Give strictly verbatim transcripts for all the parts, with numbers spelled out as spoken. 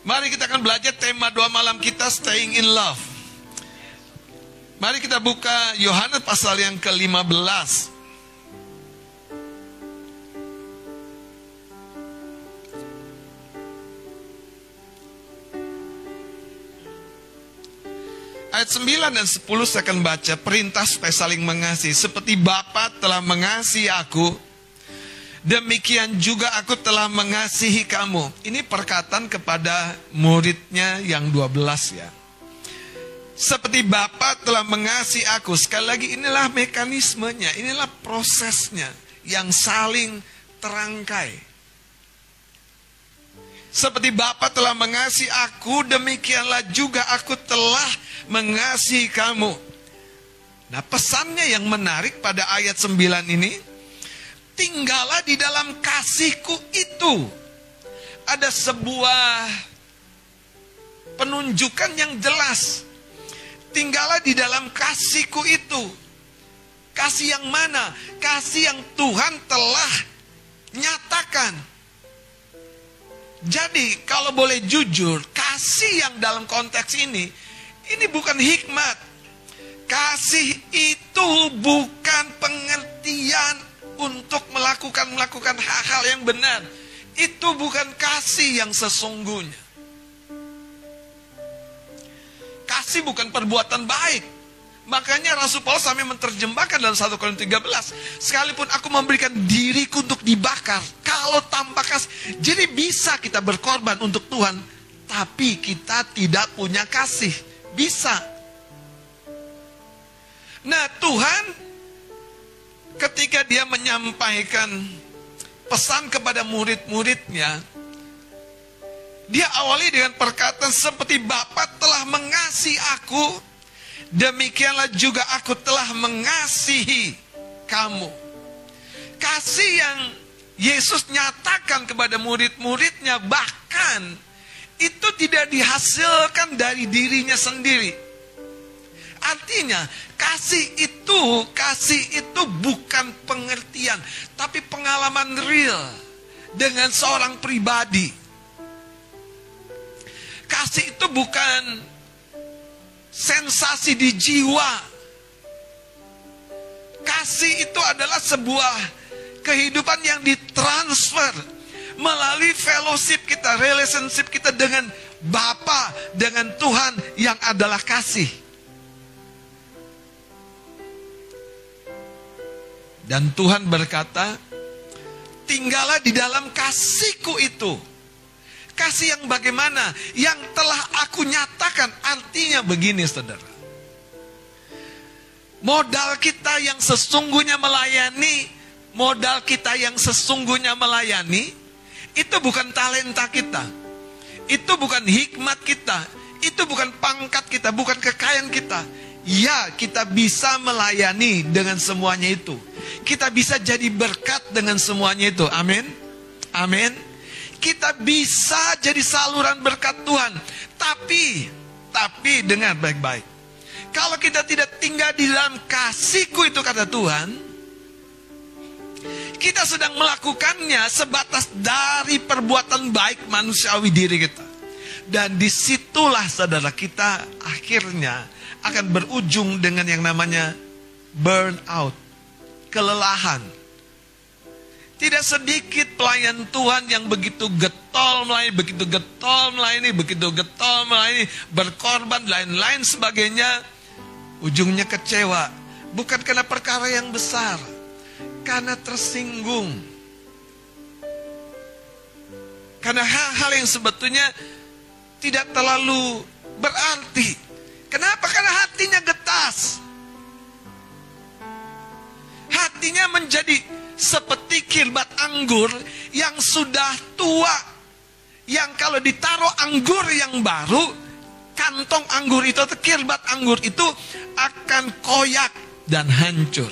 Mari kita akan belajar tema doa malam kita, Staying in Love. Mari kita buka Yohanes pasal yang ke lima belas. Ayat sembilan dan sepuluh saya akan baca. Perintah supaya saling mengasihi. Seperti Bapa telah mengasihi aku, demikian juga aku telah mengasihi kamu. Ini perkataan kepada muridnya yang dua belas ya. Seperti Bapa telah mengasihi aku. Sekali lagi, inilah mekanismenya, inilah prosesnya yang saling terangkai. Seperti Bapa telah mengasihi aku, demikianlah juga aku telah mengasihi kamu. Nah, pesannya yang menarik pada ayat sembilan ini, tinggallah di dalam kasihku itu. Ada sebuah penunjukan yang jelas. Tinggallah di dalam kasihku itu. Kasih yang mana? Kasih yang Tuhan telah nyatakan. Jadi kalau boleh jujur, kasih yang dalam konteks ini, ini bukan hikmat. Kasih itu bukan pengertian untuk melakukan melakukan hal-hal yang benar. Itu bukan kasih yang sesungguhnya. Kasih bukan perbuatan baik. Makanya Rasul Paulus sampai menerjemahkan dalam satu Korintus tiga belas. Sekalipun aku memberikan diriku untuk dibakar, kalau tanpa kasih. Jadi bisa kita berkorban untuk Tuhan, tapi kita tidak punya kasih. Bisa. Nah, Tuhan ketika dia menyampaikan pesan kepada murid-muridnya, dia awali dengan perkataan seperti Bapa telah mengasihi aku, demikianlah juga aku telah mengasihi kamu. Kasih yang Yesus nyatakan kepada murid-muridnya bahkan itu tidak dihasilkan dari dirinya sendiri. Artinya kasih itu, kasih itu bukan pengertian, tapi pengalaman real dengan seorang pribadi. Kasih itu bukan sensasi di jiwa. Kasih itu adalah sebuah kehidupan yang ditransfer melalui fellowship kita, relationship kita dengan Bapa, dengan Tuhan yang adalah kasih. Dan Tuhan berkata, tinggallah di dalam kasihku itu. Kasih yang bagaimana? Yang telah aku nyatakan. Artinya begini saudara. Modal kita yang sesungguhnya melayani, modal kita yang sesungguhnya melayani, itu bukan talenta kita. Itu bukan hikmat kita. Itu bukan pangkat kita, bukan kekayaan kita. Ya, kita bisa melayani dengan semuanya itu. Kita bisa jadi berkat dengan semuanya itu. Amin. Amin. Kita bisa jadi saluran berkat Tuhan. Tapi, tapi dengar baik-baik. Kalau kita tidak tinggal di dalam kasihku itu kata Tuhan, kita sedang melakukannya sebatas dari perbuatan baik manusiawi diri kita. Dan disitulah saudara kita akhirnya akan berujung dengan yang namanya burnout, kelelahan. Tidak sedikit pelayan Tuhan yang begitu getol melayani, begitu getol melayani, begitu getol melayani, berkorban, lain-lain sebagainya. Ujungnya kecewa. Bukan karena perkara yang besar, karena tersinggung. Karena hal-hal yang sebetulnya tidak terlalu berarti. Kenapa? Karena hatinya getas. Hatinya menjadi seperti kirbat anggur yang sudah tua. Yang kalau ditaruh anggur yang baru, kantong anggur itu atau kirbat anggur itu akan koyak dan hancur.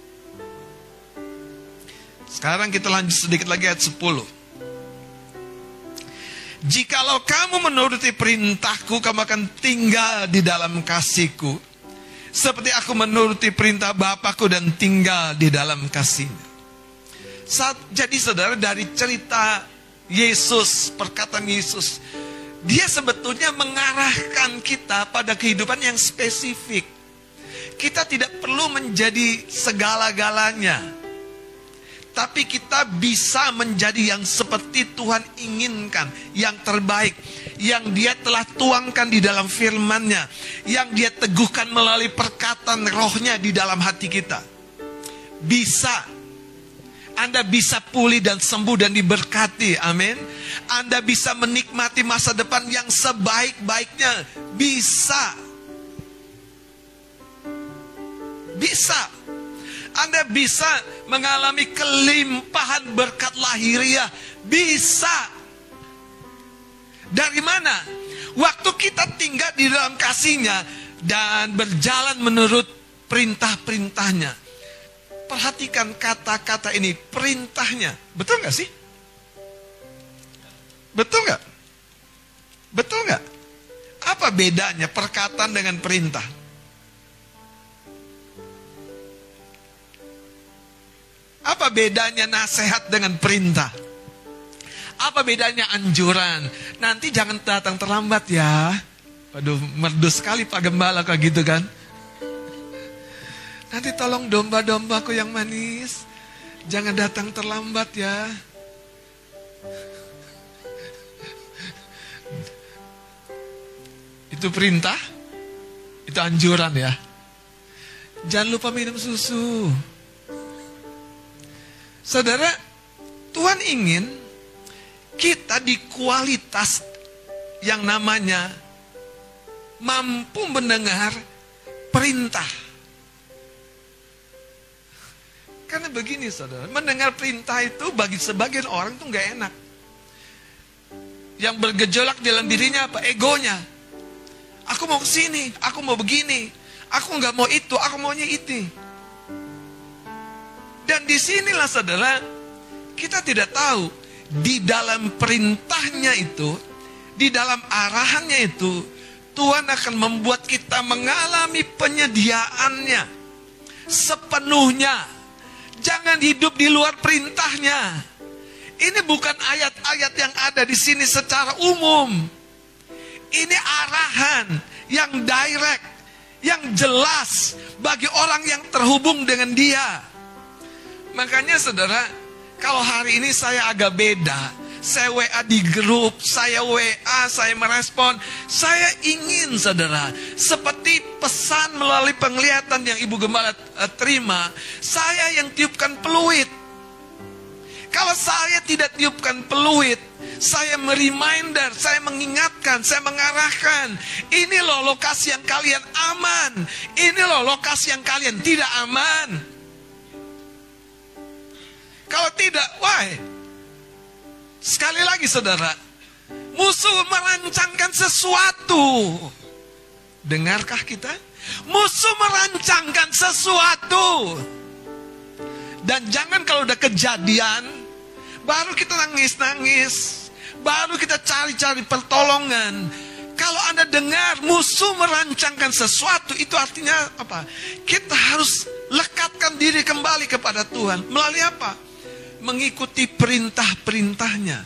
Sekarang kita lanjut sedikit lagi ayat sepuluh. Jikalau kamu menuruti perintahku, kamu akan tinggal di dalam kasihku, seperti aku menuruti perintah Bapakku dan tinggal di dalam kasihnya. Saat, jadi saudara, dari cerita Yesus, perkataan Yesus, Dia sebetulnya mengarahkan kita pada kehidupan yang spesifik. Kita tidak perlu menjadi segala-galanya, tapi kita bisa menjadi yang seperti Tuhan inginkan, yang terbaik, yang Dia telah tuangkan di dalam firman-Nya, yang Dia teguhkan melalui perkataan roh-Nya di dalam hati kita. Bisa. Anda bisa pulih dan sembuh dan diberkati, amin. Anda bisa menikmati masa depan yang sebaik-baiknya, bisa. Bisa. Anda bisa mengalami kelimpahan berkat lahiriah, bisa. Dari mana? Waktu kita tinggal di dalam kasih-Nya dan berjalan menurut perintah-perintah-Nya. Perhatikan kata-kata ini, perintahnya. Betul gak sih? Betul gak? Betul gak? Apa bedanya perkataan dengan perintah? Apa bedanya nasihat dengan perintah? Apa bedanya anjuran? Nanti jangan datang terlambat ya. Waduh, merdu sekali Pak Gembala kayak gitu kan. Nanti tolong domba-dombaku yang manis, jangan datang terlambat ya. Itu perintah, itu anjuran ya. Jangan lupa minum susu. Saudara, Tuhan ingin kita di kualitas yang namanya mampu mendengar perintah. Karena begini saudara, mendengar perintah itu bagi sebagian orang itu gak enak. Yang bergejolak dalam dirinya apa? Egonya. Aku mau kesini, aku mau begini, aku gak mau itu, aku maunya itu. Dan disinilah saudara, kita tidak tahu di dalam perintahnya itu, di dalam arahannya itu, Tuhan akan membuat kita mengalami penyediaannya sepenuhnya. Jangan hidup di luar perintahnya. Ini bukan ayat-ayat yang ada di sini secara umum. Ini arahan yang direct, yang jelas bagi orang yang terhubung dengan Dia. Makanya saudara, kalau hari ini saya agak beda. Saya W A di grup, saya W A, saya merespon. Saya ingin saudara, seperti pesan melalui penglihatan yang Ibu Gembala uh, terima, saya yang tiupkan peluit. Kalau saya tidak tiupkan peluit, saya mereminder, saya mengingatkan, saya mengarahkan. Ini loh lokasi yang kalian aman. Ini loh lokasi yang kalian tidak aman. Kalau tidak, why? Sekali lagi saudara, musuh merancangkan sesuatu. Dengarkah kita? Musuh merancangkan sesuatu. Dan jangan kalau udah kejadian, baru kita nangis-nangis, baru kita cari-cari pertolongan. Kalau Anda dengar musuh merancangkan sesuatu, itu artinya apa? Kita harus lekatkan diri kembali kepada Tuhan. Melalui apa? Mengikuti perintah-perintahnya.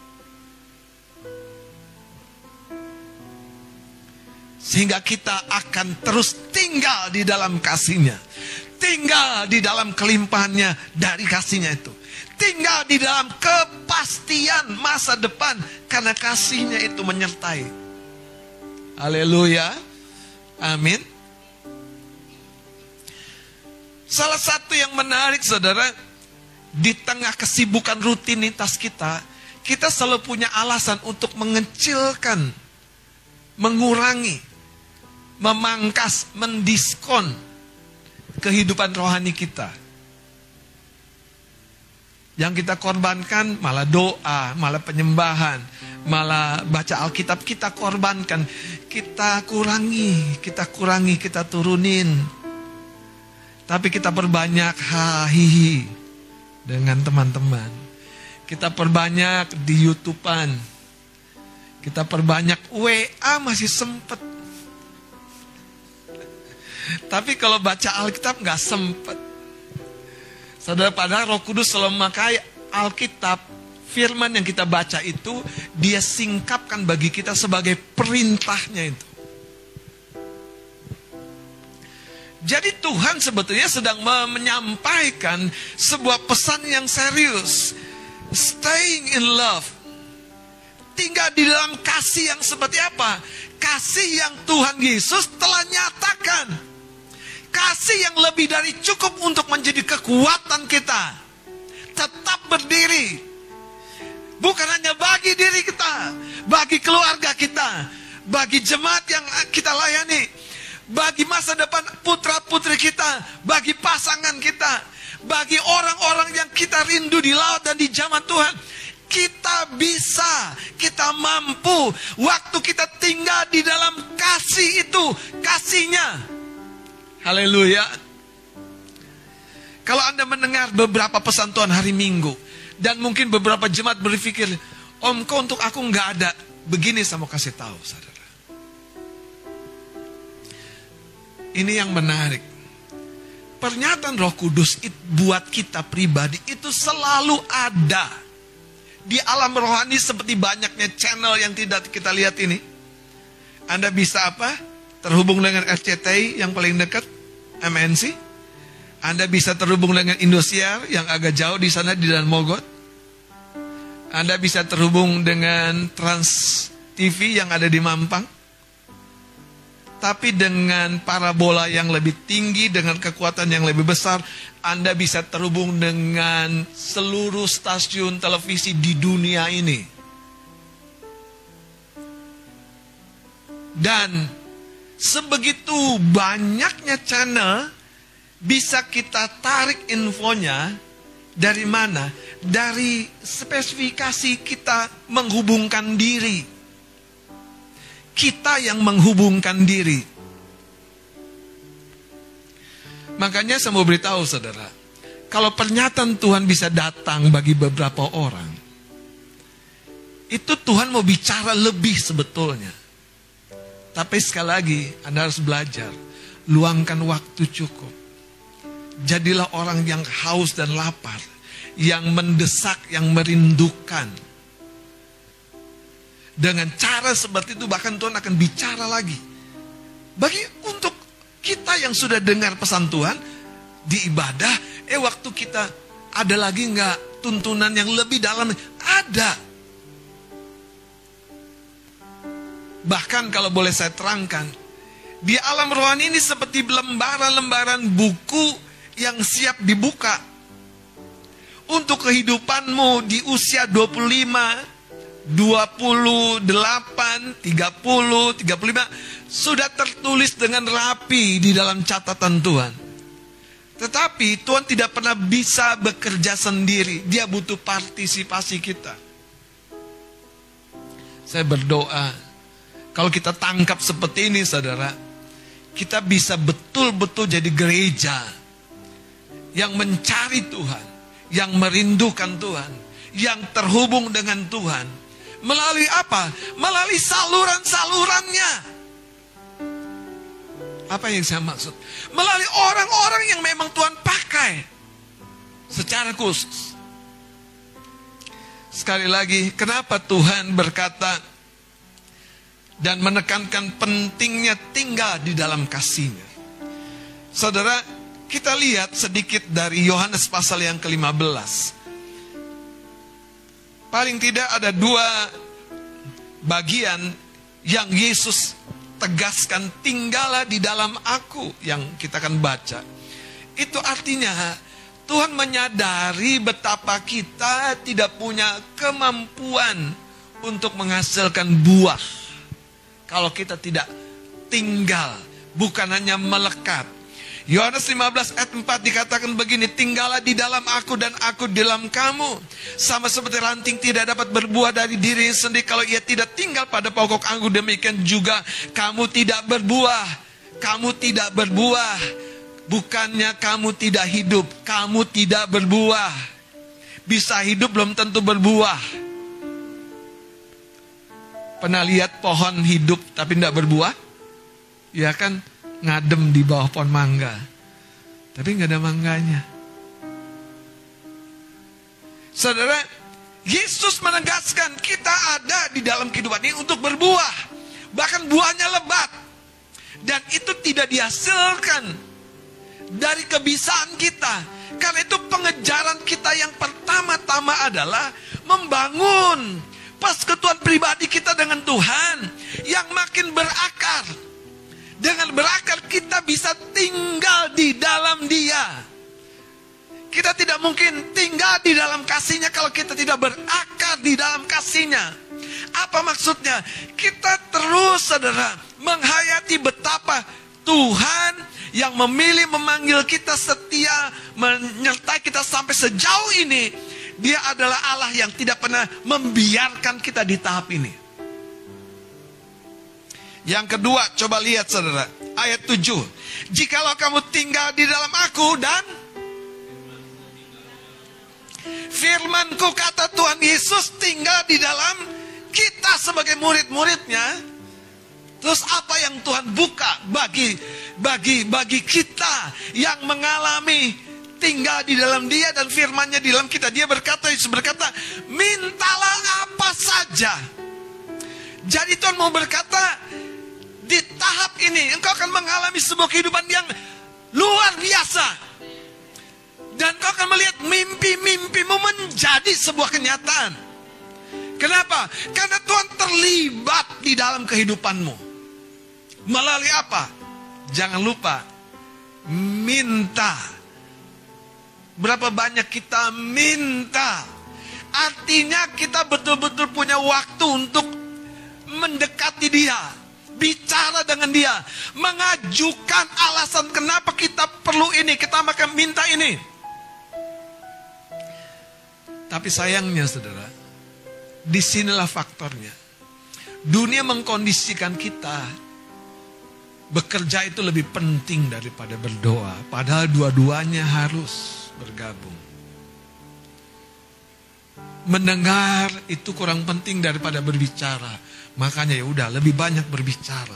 Sehingga kita akan terus tinggal di dalam kasih-Nya. Tinggal di dalam kelimpahannya dari kasih-Nya itu. Tinggal di dalam kepastian masa depan. Karena kasih-Nya itu menyertai. Haleluya. Amin. Salah satu yang menarik saudara, di tengah kesibukan rutinitas kita, kita selalu punya alasan untuk mengecilkan, mengurangi, memangkas, mendiskon kehidupan rohani kita. Yang kita korbankan malah doa, malah penyembahan, malah baca Alkitab kita korbankan. Kita kurangi, kita kurangi, kita turunin. Tapi kita perbanyak hahihi dengan teman-teman. Kita perbanyak di YouTubean. Kita perbanyak W A masih sempet. Tapi kalau baca Alkitab gak sempet. Saudara, padahal Roh Kudus selalu memakai Alkitab firman yang kita baca itu, dia singkapkan bagi kita sebagai perintahnya itu. Jadi Tuhan sebetulnya sedang menyampaikan sebuah pesan yang serius. Staying in love. Tinggal di dalam kasih yang seperti apa? Kasih yang Tuhan Yesus telah nyatakan. Kasih yang lebih dari cukup untuk menjadi kekuatan kita. Tetap berdiri. Bukan hanya bagi diri kita, bagi keluarga kita, bagi jemaat yang kita layani, bagi masa depan putra-putri kita, bagi pasangan kita, bagi orang-orang yang kita rindu di laut dan di zaman Tuhan. Kita bisa, kita mampu, waktu kita tinggal di dalam kasih itu, kasihnya. Haleluya. Kalau Anda mendengar beberapa pesan Tuhan hari Minggu, dan mungkin beberapa jemaat berpikir, Om, kok untuk aku nggak ada. Begini saya mau kasih tahu, saudara. Ini yang menarik. Pernyataan Roh Kudus itu buat kita pribadi itu selalu ada. Di alam rohani seperti banyaknya channel yang tidak kita lihat ini. Anda bisa apa? Terhubung dengan R C T I yang paling dekat, M N C. Anda bisa terhubung dengan Indosiar yang agak jauh di sana di Dalam Mogot. Anda bisa terhubung dengan Trans T V yang ada di Mampang. Tapi dengan parabola yang lebih tinggi, dengan kekuatan yang lebih besar, Anda bisa terhubung dengan seluruh stasiun televisi di dunia ini. Dan sebegitu banyaknya channel, bisa kita tarik infonya dari mana? Dari spesifikasi kita menghubungkan diri. Kita yang menghubungkan diri. Makanya saya mau beritahu saudara, kalau pernyataan Tuhan bisa datang bagi beberapa orang, itu Tuhan mau bicara lebih sebetulnya. Tapi sekali lagi, Anda harus belajar, luangkan waktu cukup. Jadilah orang yang haus dan lapar, yang mendesak, yang merindukan. Dengan cara seperti itu bahkan Tuhan akan bicara lagi. Bagi untuk kita yang sudah dengar pesan Tuhan di ibadah, eh waktu kita ada lagi nggak tuntunan yang lebih dalam? Ada. Bahkan kalau boleh saya terangkan, di alam rohani ini seperti lembaran-lembaran buku yang siap dibuka. Untuk kehidupanmu di usia dua puluh lima, dua puluh delapan, tiga puluh, tiga puluh lima sudah tertulis dengan rapi di dalam catatan Tuhan. Tetapi Tuhan tidak pernah bisa bekerja sendiri. Dia butuh partisipasi kita. Saya berdoa, kalau kita tangkap seperti ini saudara, kita bisa betul-betul jadi gereja yang mencari Tuhan, yang merindukan Tuhan, yang terhubung dengan Tuhan. Melalui apa? Melalui saluran-salurannya. Apa yang saya maksud? Melalui orang-orang yang memang Tuhan pakai secara khusus. Sekali lagi, kenapa Tuhan berkata dan menekankan pentingnya tinggal di dalam kasih-Nya? Saudara, kita lihat sedikit dari Yohanes pasal yang ke lima belas. Paling tidak ada dua bagian yang Yesus tegaskan, tinggallah di dalam aku, yang kita akan baca. Itu artinya Tuhan menyadari betapa kita tidak punya kemampuan untuk menghasilkan buah kalau kita tidak tinggal, bukan hanya melekat. Yohanes lima belas ayat empat dikatakan begini, tinggallah di dalam aku dan aku di dalam kamu. Sama seperti ranting tidak dapat berbuah dari diri sendiri kalau ia tidak tinggal pada pokok anggur, demikian juga kamu tidak berbuah. Kamu tidak berbuah. Bukannya kamu tidak hidup, kamu tidak berbuah. Bisa hidup belum tentu berbuah. Pernah lihat pohon hidup tapi tidak berbuah? Ya kan? Ngadem di bawah pohon mangga, tapi nggak ada mangganya. Saudara, Yesus menegaskan kita ada di dalam kehidupan ini untuk berbuah. Bahkan buahnya lebat. Dan itu tidak dihasilkan dari kebiasaan kita. Karena itu pengejaran kita yang pertama-tama adalah membangun persekutuan pribadi kita dengan Tuhan yang makin berakar. Dengan berakar kita bisa tinggal di dalam Dia. Kita tidak mungkin tinggal di dalam kasih-Nya kalau kita tidak berakar di dalam kasih-Nya. Apa maksudnya? Kita terus, saudara, menghayati betapa Tuhan yang memilih memanggil kita setia, menyertai kita sampai sejauh ini. Dia adalah Allah yang tidak pernah membiarkan kita di tahap ini. Yang kedua, coba lihat saudara, ayat tujuh. Jikalau kamu tinggal di dalam aku dan firman-Ku, kata Tuhan Yesus, tinggal di dalam kita sebagai murid-muridnya. Terus apa yang Tuhan buka bagi bagi bagi kita yang mengalami tinggal di dalam Dia dan firman-Nya di dalam kita. Dia berkata, Yesus berkata, mintalah apa saja. Jadi Tuhan mau berkata, di tahap ini engkau akan mengalami sebuah kehidupan yang luar biasa. Dan kau akan melihat mimpi-mimpimu menjadi sebuah kenyataan. Kenapa? Karena Tuhan terlibat di dalam kehidupanmu. Melalui apa? Jangan lupa, minta. Berapa banyak kita minta. Artinya kita betul-betul punya waktu untuk mendekati Dia. Bicara dengan Dia. Mengajukan alasan kenapa kita perlu ini. Kita makan minta ini. Tapi sayangnya saudara, disinilah faktornya. Dunia mengkondisikan kita bekerja itu lebih penting daripada berdoa. Padahal dua-duanya harus bergabung. Mendengar itu kurang penting daripada berbicara. Makanya ya udah lebih banyak berbicara.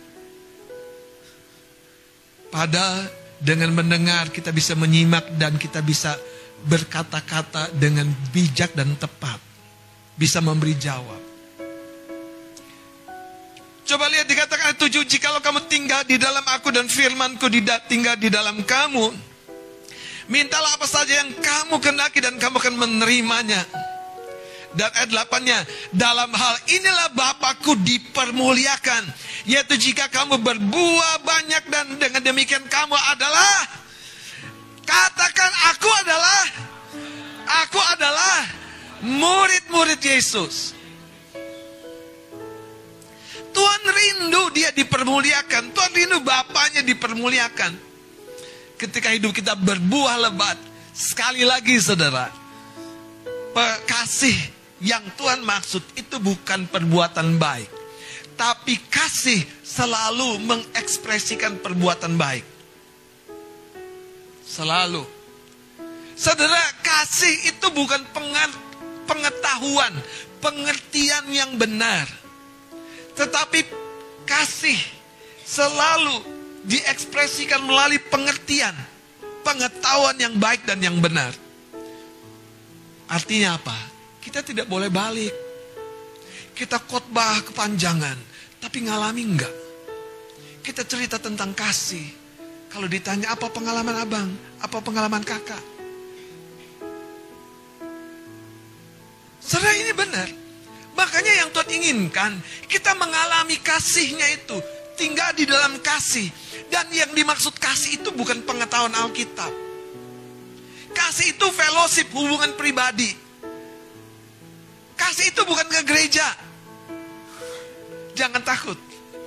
Padahal dengan mendengar kita bisa menyimak dan kita bisa berkata-kata dengan bijak dan tepat. Bisa memberi jawab. Coba lihat dikatakan ayat tujuh. Jikalau kamu tinggal di dalam aku dan firman-Ku tinggal di dalam kamu, mintalah apa saja yang kamu kehendaki dan kamu akan menerimanya. Dan ayat delapan-nya, dalam hal inilah Bapa-Ku dipermuliakan, yaitu jika kamu berbuah banyak dan dengan demikian kamu adalah, katakan aku adalah, aku adalah murid-murid Yesus. Tuhan rindu dia dipermuliakan. Tuhan rindu Bapaknya dipermuliakan. Ketika hidup kita berbuah lebat. Sekali lagi saudara, kasih yang Tuhan maksud itu bukan perbuatan baik. Tapi kasih selalu mengekspresikan perbuatan baik. Selalu. Saudara, kasih itu bukan pengetahuan, pengertian yang benar. Tetapi kasih selalu diekspresikan melalui pengertian, pengetahuan yang baik dan yang benar. Artinya apa? Kita tidak boleh balik. Kita khotbah kepanjangan, tapi ngalami enggak. Kita cerita tentang kasih. Kalau ditanya apa pengalaman abang, apa pengalaman kakak. Saudara, ini benar. Makanya yang Tuhan inginkan, kita mengalami kasih-Nya itu. Tinggal di dalam kasih. Dan yang dimaksud kasih itu bukan pengetahuan Alkitab. Kasih itu fellowship, hubungan pribadi. Kasih itu bukan ke gereja. Jangan takut.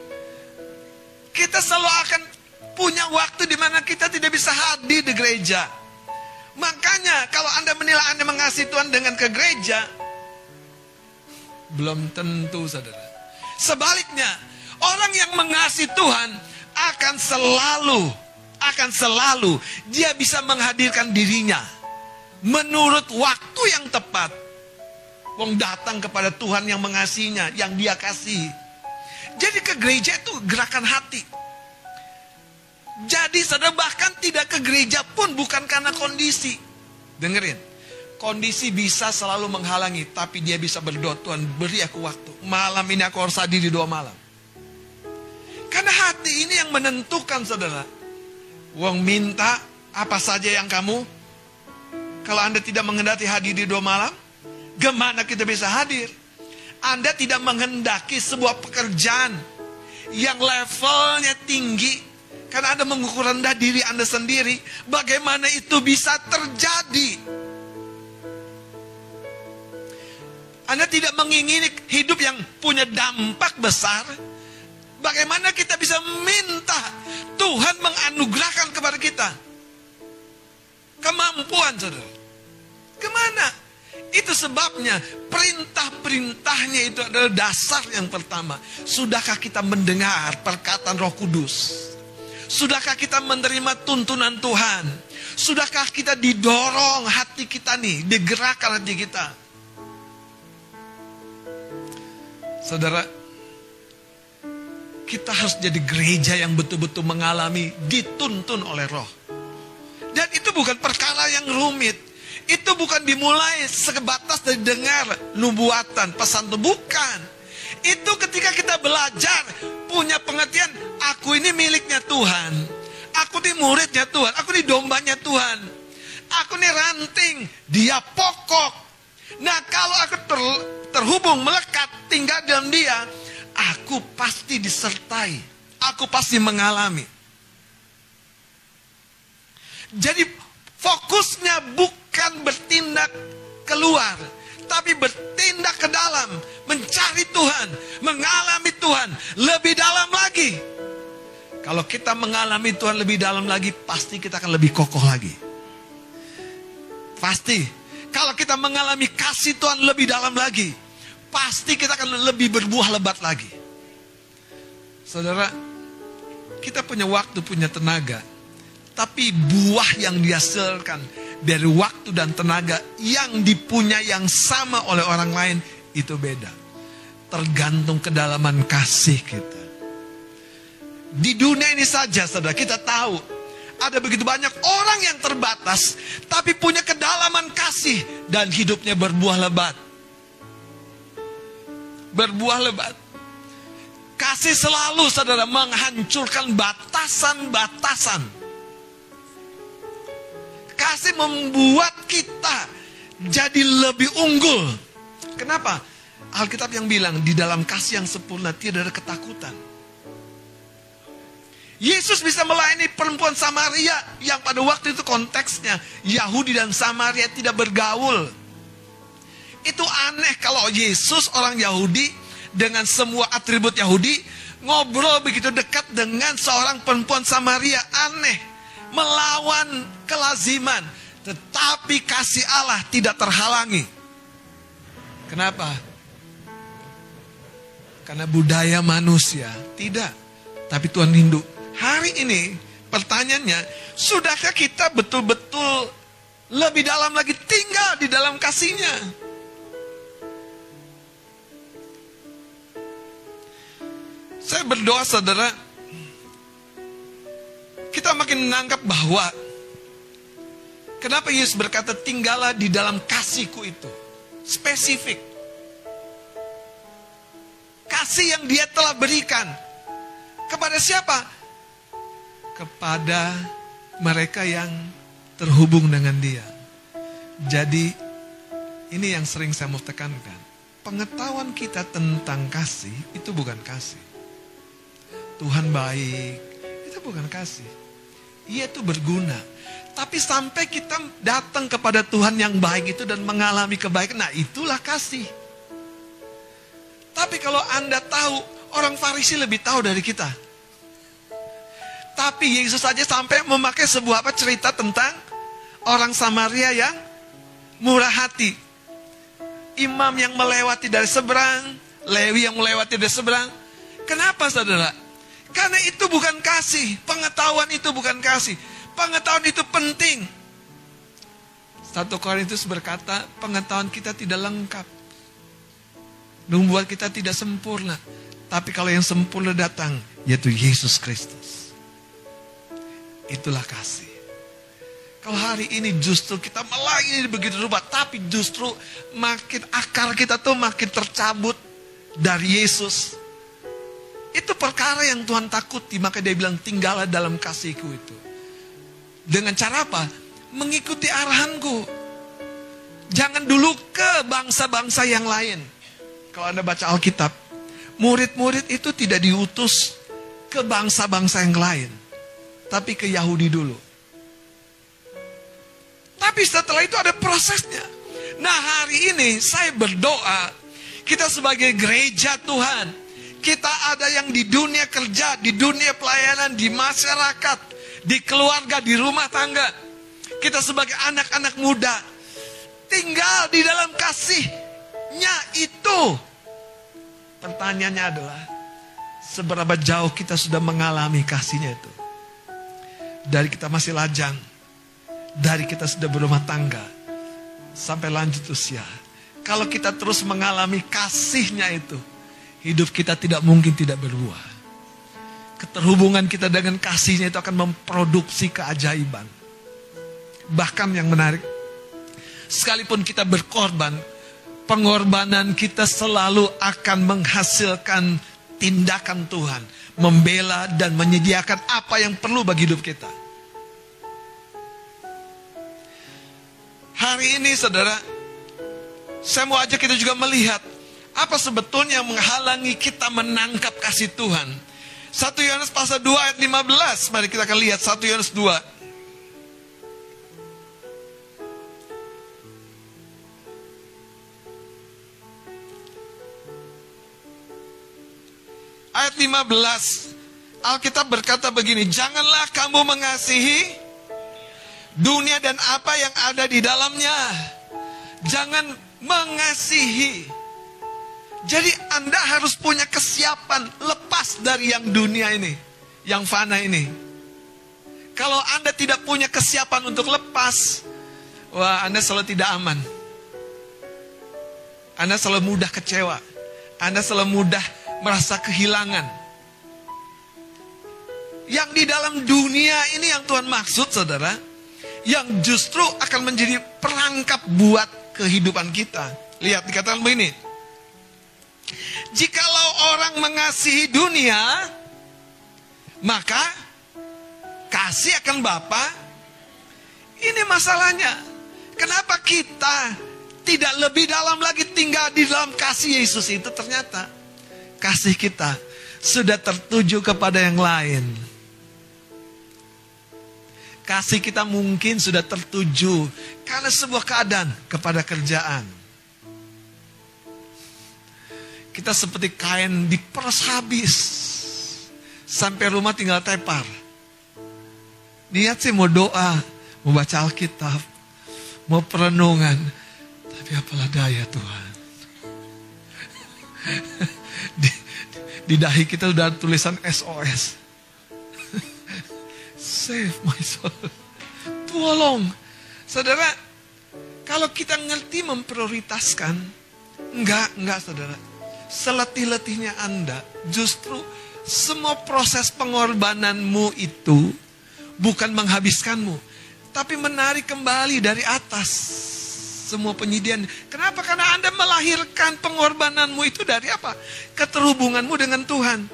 Kita selalu akan punya waktu di mana kita tidak bisa hadir di gereja. Makanya kalau Anda menilai Anda mengasihi Tuhan dengan ke gereja, belum tentu saudara. Sebaliknya, orang yang mengasihi Tuhan akan selalu, akan selalu dia bisa menghadirkan dirinya menurut waktu yang tepat. Wong datang kepada Tuhan yang mengasihinya, yang dia kasih. Jadi ke gereja itu gerakan hati. Jadi saudara bahkan tidak ke gereja pun bukan karena kondisi. Dengerin. Kondisi bisa selalu menghalangi, tapi dia bisa berdoa, Tuhan beri aku waktu. Malam ini aku harus hadir di doa malam. Karena hati ini yang menentukan, saudara. Wong minta apa saja yang kamu, kalau Anda tidak menghendaki hadir di doa malam, gimana kita bisa hadir? Anda tidak menghendaki sebuah pekerjaan yang levelnya tinggi, karena Anda mengukur rendah diri Anda sendiri. Bagaimana itu bisa terjadi? Anda tidak mengingini hidup yang punya dampak besar. Bagaimana kita bisa minta Tuhan menganugerahkan kepada kita kemampuan, saudara? Kemana? Itu sebabnya perintah-perintahnya itu adalah dasar yang pertama. Sudahkah kita mendengar perkataan Roh Kudus? Sudahkah kita menerima tuntunan Tuhan? Sudahkah kita didorong hati kita nih, digerakkan hati kita? Saudara, kita harus jadi gereja yang betul-betul mengalami dituntun oleh Roh. Dan itu bukan perkara yang rumit. Itu bukan dimulai sebatas dari dengar nubuatan, pesan itu bukan. Itu ketika kita belajar, punya pengertian, aku ini miliknya Tuhan. Aku ini muridnya Tuhan, aku ini dombanya Tuhan. Aku ini ranting, dia pokok. Nah, kalau aku ter, terhubung, melekat, tinggal dalam dia, aku pasti disertai. Aku pasti mengalami. Jadi fokusnya bukan bertindak keluar, tapi bertindak ke dalam, mencari Tuhan, mengalami Tuhan lebih dalam lagi. Kalau kita mengalami Tuhan lebih dalam lagi, pasti kita akan lebih kokoh lagi. Pasti. Kalau kita mengalami kasih Tuhan lebih dalam lagi, pasti kita akan lebih berbuah lebat lagi. Saudara, kita punya waktu, punya tenaga. Tapi buah yang dihasilkan dari waktu dan tenaga yang dipunyai yang sama oleh orang lain, itu beda. Tergantung kedalaman kasih kita. Di dunia ini saja, saudara, kita tahu ada begitu banyak orang yang terbatas, tapi punya kedalaman kasih dan hidupnya berbuah lebat. Berbuah lebat. Kasih selalu, saudara, menghancurkan batasan-batasan. Kasih membuat kita jadi lebih unggul. Kenapa? Alkitab yang bilang, di dalam kasih yang sempurna tidak ada ketakutan. Yesus bisa melayani perempuan Samaria yang pada waktu itu konteksnya Yahudi dan Samaria tidak bergaul. Itu aneh kalau Yesus orang Yahudi dengan semua atribut Yahudi ngobrol begitu dekat dengan seorang perempuan Samaria. Aneh, melawan kelaziman. Tetapi kasih Allah tidak terhalangi. Kenapa? Karena budaya manusia tidak. Tapi Tuhan rindu. Hari ini pertanyaannya, sudahkah kita betul-betul lebih dalam lagi tinggal di dalam kasih-Nya? Saya berdoa, saudara, kita makin menangkap bahwa kenapa Yesus berkata tinggallah di dalam kasih-Ku itu. Spesifik. Kasih yang Dia telah berikan. Kepada siapa? Kepada mereka yang terhubung dengan Dia. Jadi ini yang sering saya mau tekankan. Pengetahuan kita tentang kasih itu bukan kasih. Tuhan baik, itu bukan kasih. Ia itu berguna. Tapi sampai kita datang kepada Tuhan yang baik itu dan mengalami kebaikan, nah itulah kasih. Tapi kalau Anda tahu, orang Farisi lebih tahu dari kita. Tapi Yesus saja sampai memakai sebuah apa cerita tentang orang Samaria yang murah hati. Imam yang melewati dari seberang, Lewi yang melewati dari seberang. Kenapa, saudara? Karena itu bukan kasih. Pengetahuan itu bukan kasih. Pengetahuan itu penting. satu Korintus berkata, pengetahuan kita tidak lengkap. Membuat kita tidak sempurna. Tapi kalau yang sempurna datang, yaitu Yesus Kristus. Itulah kasih. Kalau hari ini justru kita melayani begitu rupa, tapi justru makin akar kita tuh makin tercabut dari Yesus. Itu perkara yang Tuhan takuti, maka dia bilang tinggallah dalam kasihku itu. Dengan cara apa? Mengikuti arahanku. Jangan dulu ke bangsa-bangsa yang lain. Kalau Anda baca Alkitab, murid-murid itu tidak diutus ke bangsa-bangsa yang lain, tapi ke Yahudi dulu. Tapi setelah itu ada prosesnya. Nah, hari ini saya berdoa, kita sebagai gereja Tuhan, kita ada yang di dunia kerja, di dunia pelayanan, di masyarakat, di keluarga, di rumah tangga. Kita sebagai anak-anak muda, tinggal di dalam kasihnya itu. Pertanyaannya adalah, seberapa jauh kita sudah mengalami kasihnya itu? Dari kita masih lajang, dari kita sudah berumah tangga, sampai lanjut usia. Kalau kita terus mengalami kasihnya itu, hidup kita tidak mungkin tidak berbuah. Keterhubungan kita dengan kasihnya itu akan memproduksi keajaiban. Bahkan yang menarik, sekalipun kita berkorban, pengorbanan kita selalu akan menghasilkan tindakan Tuhan. Membela dan menyediakan apa yang perlu bagi hidup kita. Hari ini saudara, saya mau ajak kita juga melihat apa sebetulnya yang menghalangi kita menangkap kasih Tuhan. satu Yohanes pasal dua ayat lima belas. Mari kita akan lihat satu Yohanes dua. Ayat lima belas. Alkitab berkata begini, janganlah kamu mengasihi dunia dan apa yang ada di dalamnya. Jangan mengasihi. Jadi Anda harus punya kesiapan lepas dari yang dunia ini, yang fana ini. Kalau Anda tidak punya kesiapan untuk lepas, wah, Anda selalu tidak aman. Anda selalu mudah kecewa. Anda selalu mudah merasa kehilangan. Yang di dalam dunia ini yang Tuhan maksud, saudara, yang justru akan menjadi perangkap buat kehidupan kita. Lihat, dikatakan begini, jikalau orang mengasihi dunia, maka kasih akan Bapa. Ini masalahnya. Kenapa kita tidak lebih dalam lagi tinggal di dalam kasih Yesus itu? Ternyata kasih kita sudah tertuju kepada yang lain. Kasih kita mungkin sudah tertuju karena sebuah keadaan kepada kerjaan. Kita seperti kain diperas habis. Sampai rumah tinggal tepar. Niat sih mau doa, mau baca Alkitab, mau perenungan. Tapi apalah daya Tuhan. Di, di dahi kita udah tulisan S O S. Save my soul. Tolong. Saudara, kalau kita ngerti memprioritaskan, enggak, enggak saudara. Seletih-letihnya Anda, justru semua proses pengorbananmu itu bukan menghabiskanmu, tapi menarik kembali dari atas semua penyediaan. Kenapa? Karena Anda melahirkan pengorbananmu itu dari apa? Keterhubunganmu dengan Tuhan.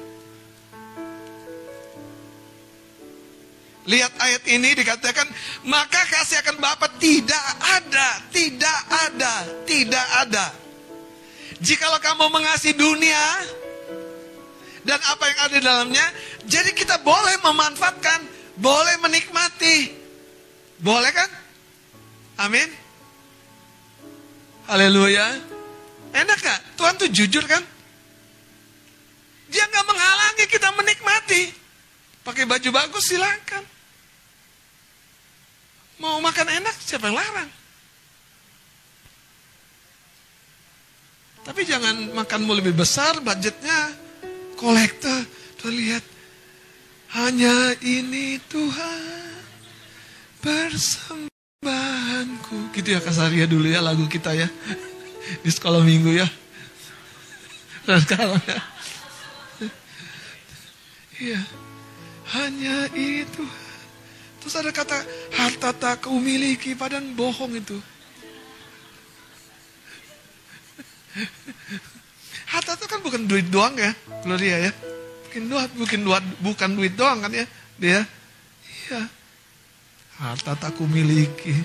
Lihat ayat ini dikatakan, maka kasih akan Bapa tidak ada, tidak ada, tidak ada. Jikalau kamu mengasihi dunia dan apa yang ada di dalamnya, jadi kita boleh memanfaatkan, boleh menikmati. Boleh kan? Amin. Haleluya. Enak gak? Tuhan tuh jujur kan? Dia gak menghalangi kita menikmati. Pakai baju bagus silakan. Mau makan enak, siapa yang larang? Tapi jangan makanmu lebih besar, budgetnya kolektor. Tuh lihat, hanya ini Tuhan persembahanku. Gitu ya Kasaria dulu ya lagu kita ya. Di sekolah minggu ya. Dan sekarang ya. Iya, hanya itu Terus ada kata, harta tak kau miliki, padahal bohong itu. Harta itu kan bukan duit doang ya, Gloria ya. Bukan duit, bukan duit, bukan duit doang kan ya, dia. Iya. Harta tak ku miliki.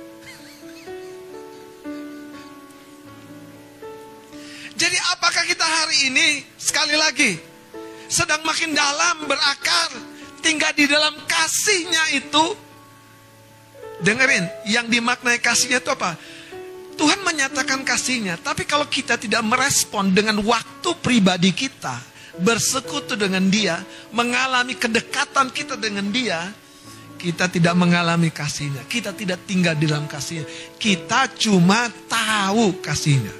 Jadi apakah kita hari ini sekali lagi sedang makin dalam berakar, tinggal di dalam kasihnya itu? Dengerin, yang dimaknai kasihnya itu apa? Tuhan menyatakan kasihnya, tapi kalau kita tidak merespon dengan waktu pribadi kita, bersekutu dengan dia, mengalami kedekatan kita dengan dia, kita tidak mengalami kasihnya. Kita tidak tinggal di dalam kasihnya. Kita cuma tahu kasihnya.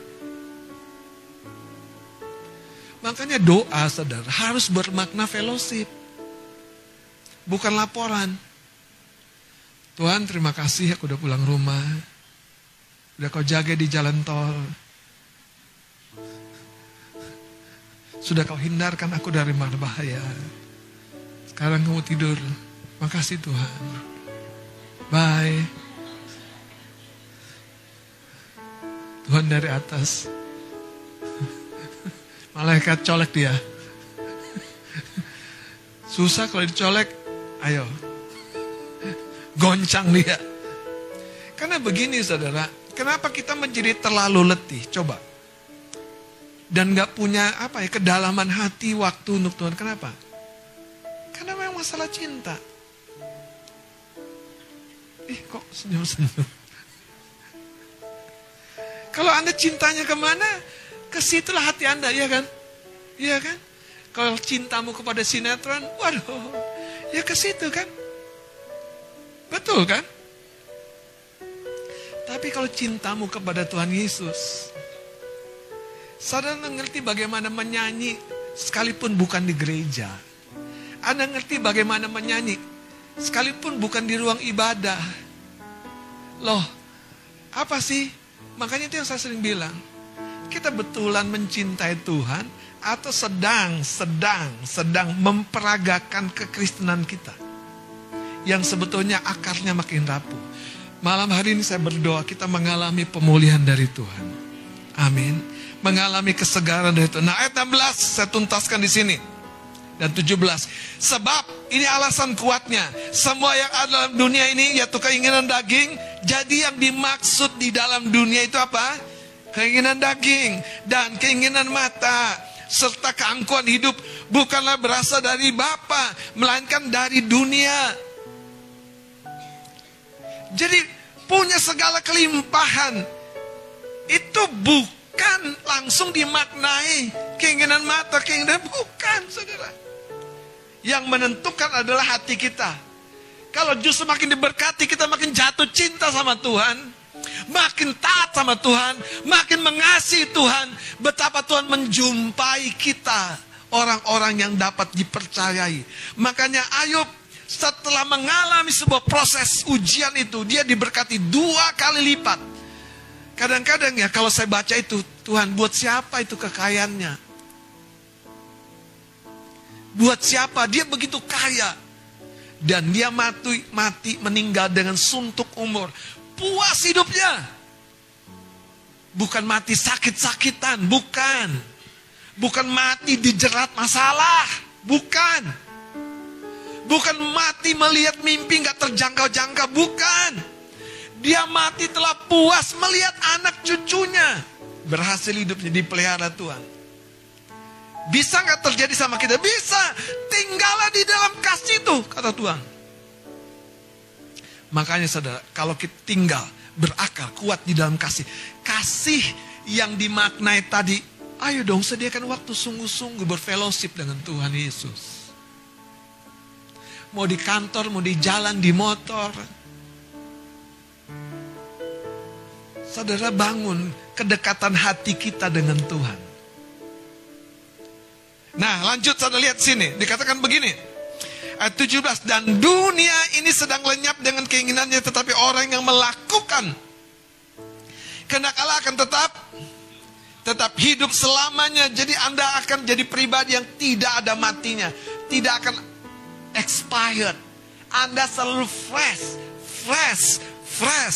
Makanya doa, saudara, harus bermakna fellowship, bukan laporan. Tuhan, terima kasih aku udah pulang rumah. Udah kau jaga di jalan tol. Sudah kau hindarkan aku dari mara bahaya. Sekarang kamu tidur. Makasih Tuhan. Bye. Tuhan dari atas. Malaikat colek dia. Susah kalau dicolek. Ayo. Goncang dia. Karena begini saudara. Kenapa kita menjadi terlalu letih? Coba. Dan gak punya apa ya kedalaman hati waktu untuk Tuhan. Kenapa? Karena memang masalah cinta. Ih kok senyum-senyum. Kalau Anda cintanya kemana? Kesitulah hati Anda, iya kan? Iya kan? Kalau cintamu kepada sinetron, waduh, ya ke situ kan? Betul kan? Tapi kalau cintamu kepada Tuhan Yesus, saudara ngerti bagaimana menyanyi sekalipun bukan di gereja. Anda ngerti bagaimana menyanyi sekalipun bukan di ruang ibadah. Loh, apa sih? Makanya itu yang saya sering bilang. Kita betulan mencintai Tuhan atau sedang, sedang, sedang memperagakan kekristenan kita. Yang sebetulnya akarnya makin rapuh. Malam hari ini saya berdoa kita mengalami pemulihan dari Tuhan. Amin. Mengalami kesegaran dari Tuhan. Nah ayat enam belas saya tuntaskan di sini. Dan tujuh belas. Sebab ini alasan kuatnya. Semua yang ada dalam dunia ini yaitu keinginan daging. Jadi yang dimaksud di dalam dunia itu apa? Keinginan daging dan keinginan mata. Serta keangkuhan hidup bukanlah berasal dari Bapa, melainkan dari dunia. Jadi punya segala kelimpahan itu bukan langsung dimaknai keinginan mata, keinginan bukan, saudara. Yang menentukan adalah hati kita. Kalau justru makin diberkati, kita makin jatuh cinta sama Tuhan, makin taat sama Tuhan, makin mengasihi Tuhan. Betapa Tuhan menjumpai kita, orang-orang yang dapat dipercayai. Makanya Ayub setelah mengalami sebuah proses ujian itu, dia diberkati dua kali lipat. Kadang-kadang ya kalau saya baca itu, Tuhan buat siapa itu kekayaannya? Buat siapa? Dia begitu kaya. Dan dia mati, mati meninggal dengan suntuk umur. Puas hidupnya. Bukan mati sakit-sakitan, bukan. Bukan mati dijerat masalah, bukan. Bukan mati melihat mimpi gak terjangkau-jangkau, bukan. Dia mati telah puas melihat anak cucunya berhasil hidupnya dipelihara Tuhan. Bisa gak terjadi sama kita? Bisa. Tinggallah di dalam kasih itu, kata Tuhan. Makanya saudara, kalau kita tinggal berakar kuat di dalam kasih. Kasih yang dimaknai tadi, ayo dong sediakan waktu sungguh-sungguh berfellowship dengan Tuhan Yesus. Mau di kantor, mau di jalan, di motor. Saudara bangun kedekatan hati kita dengan Tuhan. Nah lanjut saudara lihat sini. Dikatakan begini. Ayat tujuh belas. Dan dunia ini sedang lenyap dengan keinginannya. Tetapi orang yang melakukan kehendak Allah akan tetap Tetap hidup selamanya. Jadi Anda akan jadi pribadi yang tidak ada matinya. Tidak akan expired. Anda selalu fresh, fresh, fresh.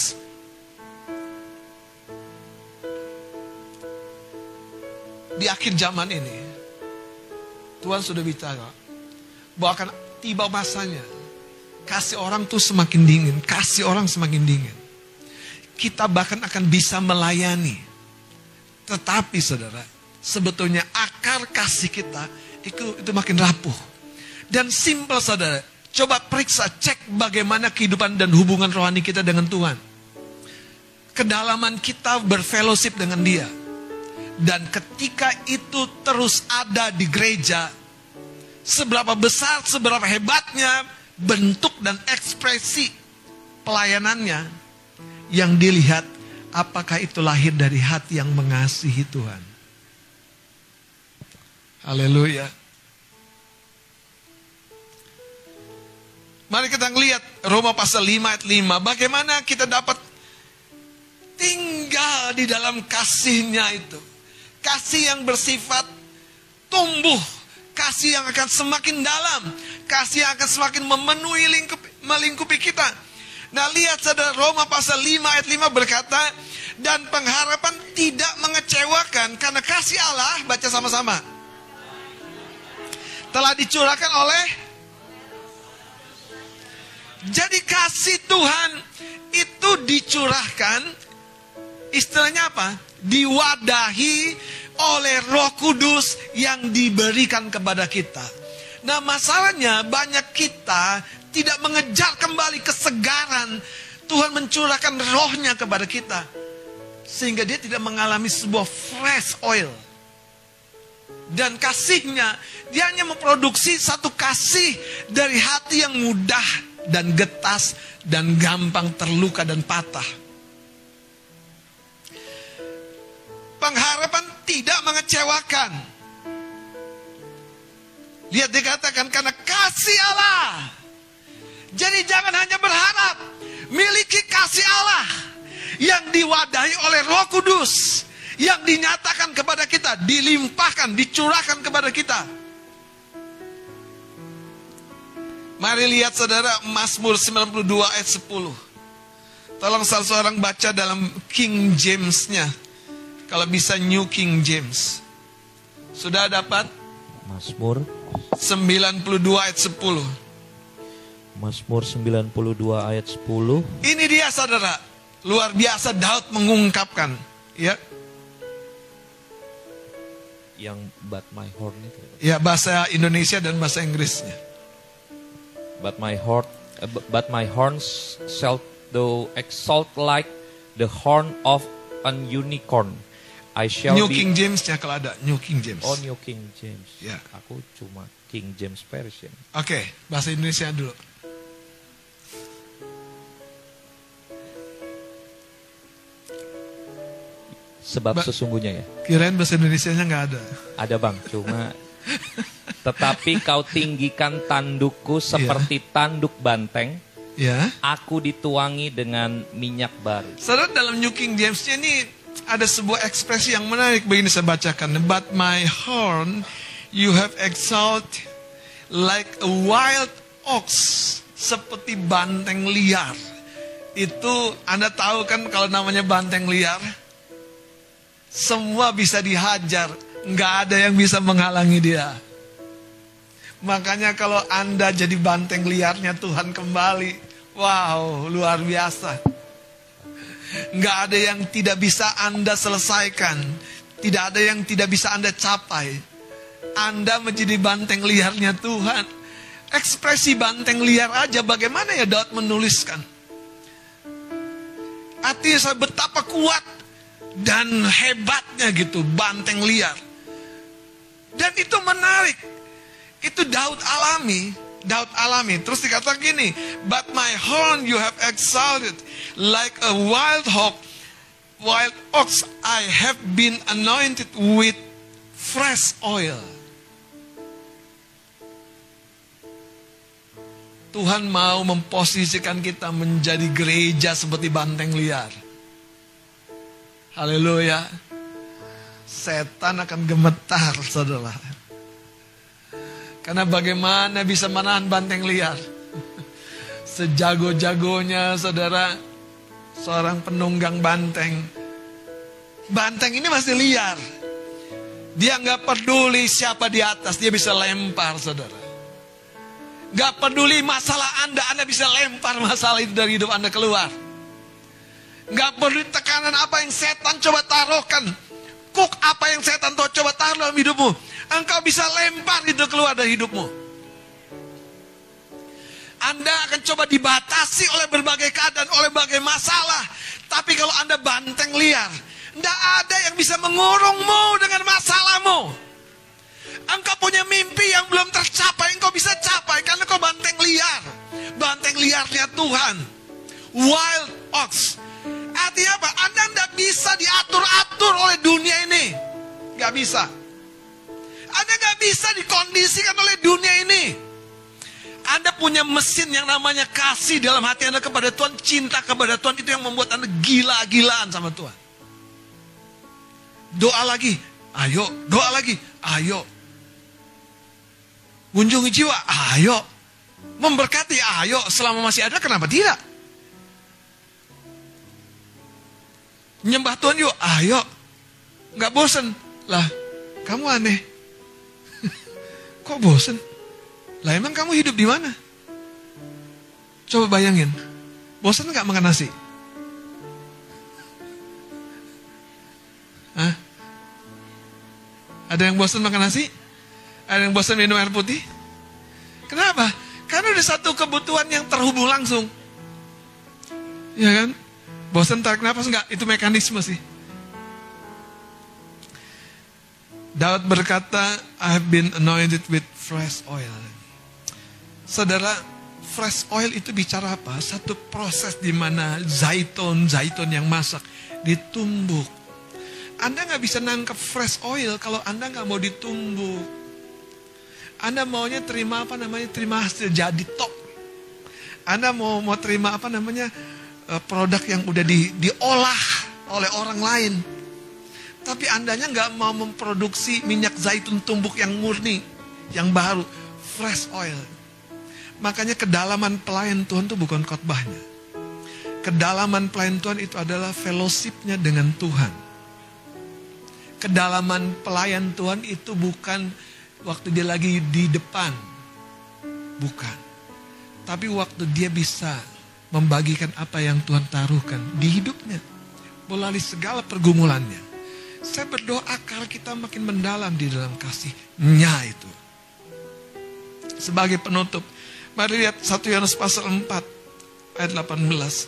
Di akhir zaman ini, Tuhan sudah bicara bahwa akan tiba masanya kasih orang tuh semakin dingin, kasih orang semakin dingin. Kita bahkan akan bisa melayani. Tetapi saudara, sebetulnya akar kasih kita itu, itu makin rapuh. Dan simpel saudara, coba periksa, cek bagaimana kehidupan dan hubungan rohani kita dengan Tuhan. Kedalaman kita berfellowship dengan Dia. Dan ketika itu terus ada di gereja, seberapa besar, seberapa hebatnya bentuk dan ekspresi pelayanannya, yang dilihat apakah itu lahir dari hati yang mengasihi Tuhan. Haleluya. Mari kita lihat Roma pasal lima ayat lima. Bagaimana kita dapat tinggal di dalam kasih-Nya itu. Kasih yang bersifat tumbuh. Kasih yang akan semakin dalam. Kasih yang akan semakin memenuhi lingkup, melingkupi kita. Nah lihat saudara, Roma pasal lima ayat lima berkata, dan pengharapan tidak mengecewakan karena kasih Allah, baca sama-sama, telah dicurahkan oleh. Jadi kasih Tuhan itu dicurahkan, istilahnya apa? Diwadahi oleh Roh Kudus yang diberikan kepada kita. Nah masalahnya banyak kita tidak mengejar kembali kesegaran Tuhan mencurahkan rohnya kepada kita. Sehingga dia tidak mengalami sebuah fresh oil. Dan kasihnya, dia hanya memproduksi satu kasih dari hati yang mudah dan getas dan gampang terluka dan patah. Pengharapan tidak mengecewakan. Lihat dikatakan karena kasih Allah. Jadi jangan hanya berharap, miliki kasih Allah yang diwadahi oleh Roh Kudus, yang dinyatakan kepada kita, dilimpahkan, dicurahkan kepada kita. Mari lihat saudara, Mazmur sembilan puluh dua ayat sepuluh. Tolong salah seorang baca dalam King James-nya. Kalau bisa New King James. Sudah dapat? Mazmur sembilan puluh dua ayat sepuluh. Mazmur sembilan puluh dua ayat sepuluh. Ini dia saudara, luar biasa Daud mengungkapkan, ya. Yang but my horn itu. Ya, bahasa Indonesia dan bahasa Inggrisnya. But my heart, uh, but my horns shall thou exalt like the horn of an unicorn. I shall New be... King James-nya kalau ada, New King James. Oh, New King James. Ya. Aku cuma King James Version. Oke, okay, bahasa Indonesia dulu. Sebab ba sesungguhnya ya. Kirain bahasa Indonesianya nggak ada. Ada bang, cuma tetapi kau tinggikan tandukku seperti yeah. tanduk banteng. Ya. Yeah. Aku dituangi dengan minyak baru. Saudara, dalam New King James-nya ini ada sebuah ekspresi yang menarik, begini saya bacakan. But my horn you have exalted like a wild ox, seperti banteng liar. Itu Anda tahu kan kalau namanya banteng liar? Semua bisa dihajar, nggak ada yang bisa menghalangi dia. Makanya kalau Anda jadi banteng liarnya Tuhan kembali, wow, luar biasa. Nggak ada yang tidak bisa Anda selesaikan, tidak ada yang tidak bisa Anda capai. Anda menjadi banteng liarnya Tuhan. Ekspresi banteng liar aja bagaimana ya Daud menuliskan. Artinya betapa kuat dan hebatnya gitu banteng liar. Dan itu menarik. Itu Daud alami. Daud alami. Terus dikatakan gini, but my horn you have exalted like a wild hawk, wild ox I have been anointed with fresh oil. Tuhan mau memposisikan kita menjadi gereja seperti banteng liar. Haleluya. Setan akan gemetar, saudara. Karena bagaimana bisa menahan banteng liar? Sejago-jagonya saudara, seorang penunggang banteng. Banteng ini masih liar. Dia nggak peduli siapa di atas, dia bisa lempar saudara. Nggak peduli masalah Anda, Anda bisa lempar masalah itu dari hidup Anda keluar. Nggak peduli tekanan apa yang setan coba taruhkan. Kuk apa yang setan coba taruh dalam hidupmu. Engkau bisa lempar itu keluar dari hidupmu. Anda akan coba dibatasi oleh berbagai keadaan, oleh berbagai masalah. Tapi kalau Anda banteng liar, tidak ada yang bisa mengurungmu dengan masalahmu. Engkau punya mimpi yang belum tercapai, engkau bisa capai karena engkau banteng liar. Banteng liarnya Tuhan. Wild ox. Artinya apa? Anda tidak bisa diatur-atur oleh dunia ini. Gak bisa. Anda gak bisa dikondisikan oleh dunia ini. Anda punya mesin yang namanya kasih dalam hati Anda kepada Tuhan. Cinta kepada Tuhan itu yang membuat Anda gila-gilaan sama Tuhan. Doa lagi, ayo. Doa lagi, ayo. Kunjungi jiwa, ayo. Memberkati, ayo. Selama masih ada, kenapa tidak? Nyembah Tuhan yuk, ayo. Gak bosen. Lah, kamu aneh. Kok bosen? Lah emang kamu hidup di mana? Coba bayangin. Bosen gak makan nasi? Hah? Ada yang bosen makan nasi? Ada yang bosen minum air putih? Kenapa? Karena ada satu kebutuhan yang terhubung langsung. Ya kan? Bosan tarik nafas enggak? Itu mekanisme sih. Daud berkata, I've been anointed with fresh oil. Saudara, fresh oil itu bicara apa? Satu proses di mana zaitun, zaitun yang masak ditumbuk. Anda nggak bisa nangkep fresh oil kalau Anda nggak mau ditumbuk. Anda maunya terima apa namanya? Terima hasil jadi tok. Anda mau mau terima apa namanya? Produk yang udah di, diolah oleh orang lain. Tapi Andanya nggak mau memproduksi minyak zaitun tumbuk yang murni, yang baru, fresh oil. Makanya kedalaman pelayan Tuhan itu bukan khotbahnya. Kedalaman pelayan Tuhan itu adalah fellowship-nya dengan Tuhan. Kedalaman pelayan Tuhan itu bukan waktu dia lagi di depan. Bukan. Tapi waktu dia bisa membagikan apa yang Tuhan taruhkan di hidupnya. Melalui segala pergumulannya. Saya berdoa akal kita makin mendalam di dalam kasih-Nya itu. Sebagai penutup, mari lihat satu Yohanes pasal empat ayat delapan belas.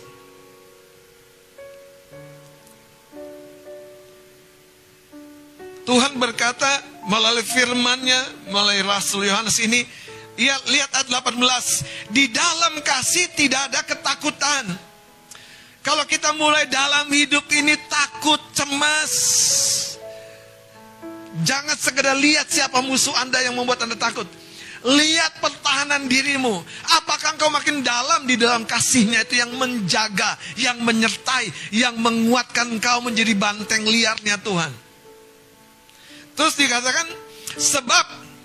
Tuhan berkata melalui firman-Nya, melalui Rasul Yohanes ini, ia lihat ayat delapan belas, di dalam kasih tidak ada ketakutan. Kalau kita mulai dalam hidup ini takut, cemas, jangan sekedar lihat siapa musuh Anda yang membuat Anda takut. Lihat pertahanan dirimu. Apakah engkau makin dalam di dalam kasih-Nya itu yang menjaga, yang menyertai, yang menguatkan engkau menjadi banteng liarnya Tuhan. Terus dikatakan, sebab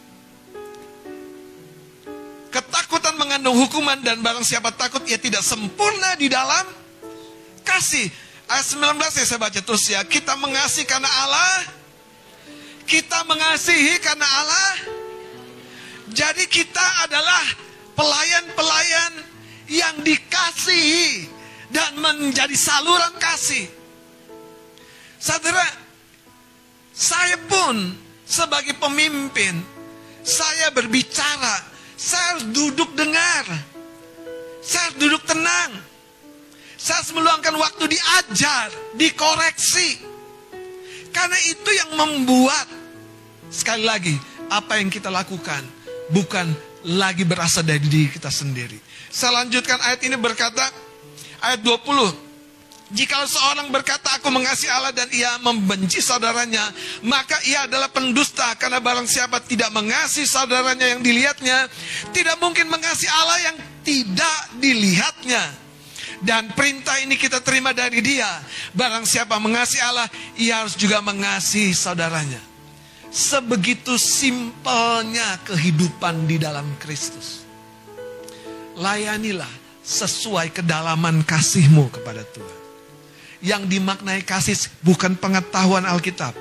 ketakutan mengandung hukuman dan barang siapa takut ia tidak sempurna di dalam kasih. Ayat sembilan belas ya saya baca terus ya. Kita mengasihi karena Allah. Kita mengasihi karena Allah. Jadi kita adalah pelayan-pelayan yang dikasihi dan menjadi saluran kasih. Saudara, saya pun sebagai pemimpin, saya berbicara, saya harus duduk dengar, saya harus duduk tenang, saya harus meluangkan waktu diajar, dikoreksi. Karena itu yang membuat, sekali lagi, apa yang kita lakukan bukan lagi berasal dari diri kita sendiri. Saya lanjutkan ayat ini berkata, ayat dua puluh. Jika seorang berkata aku mengasihi Allah dan ia membenci saudaranya, maka ia adalah pendusta. Karena barang siapa tidak mengasihi saudaranya yang dilihatnya, tidak mungkin mengasihi Allah yang tidak dilihatnya. Dan perintah ini kita terima dari dia. Barang siapa mengasihi Allah, ia harus juga mengasihi saudaranya. Sebegitu simpelnya kehidupan di dalam Kristus. Layanilah, sesuai kedalaman kasih-Mu kepada Tuhan. Yang dimaknai kasih bukan pengetahuan Alkitab.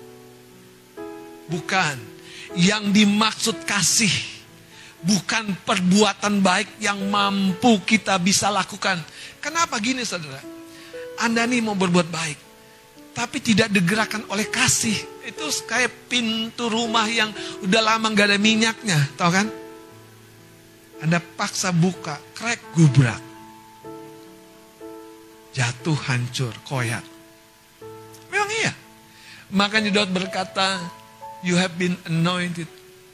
Bukan. Yang dimaksud kasih bukan perbuatan baik yang mampu kita bisa lakukan. Kenapa gini saudara? Anda nih mau berbuat baik, tapi tidak digerakkan oleh kasih. Itu kayak pintu rumah yang udah lama gak ada minyaknya, tahu kan? Anda paksa buka, krek, gubrak. Jatuh, hancur, koyak. Memang iya. Makanya Daud berkata, you have been anointed.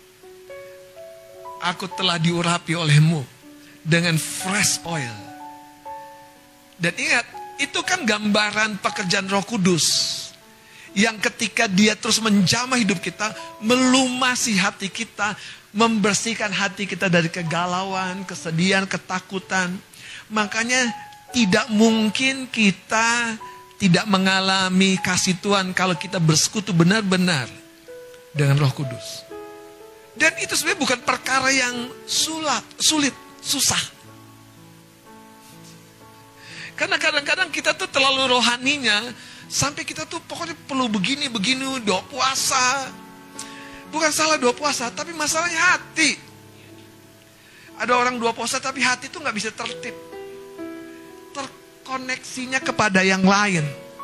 Aku telah diurapi olehmu dengan fresh oil. Dan ingat, itu kan gambaran pekerjaan Roh Kudus. Yang ketika dia terus menjamah hidup kita, melumasi hati kita, membersihkan hati kita dari kegalauan, kesedihan, ketakutan. Makanya tidak mungkin kita tidak mengalami kasih Tuhan kalau kita bersekutu benar-benar dengan Roh Kudus. Dan itu sebenarnya bukan perkara yang sulit, sulit, susah. Karena kadang-kadang kita tuh terlalu rohaninya, sampai kita tuh pokoknya perlu begini, begini, doa puasa. Bukan salah doa puasa, tapi masalahnya hati. Ada orang doa puasa tapi hati tuh gak bisa tertib. Terkoneksinya kepada yang lain.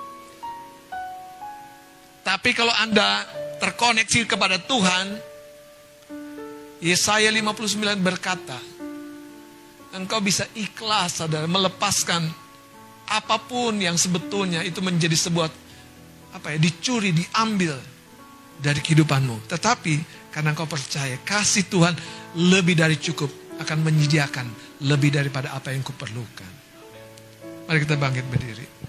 Tapi kalau Anda terkoneksi kepada Tuhan, Yesaya lima puluh sembilan berkata, engkau bisa ikhlas, saudara, melepaskan apapun yang sebetulnya itu menjadi sebuah apa ya, dicuri, diambil dari kehidupanmu. Tetapi karena engkau percaya, kasih Tuhan lebih dari cukup, akan menyediakan lebih daripada apa yang kuperlukan. Mari kita bangkit berdiri.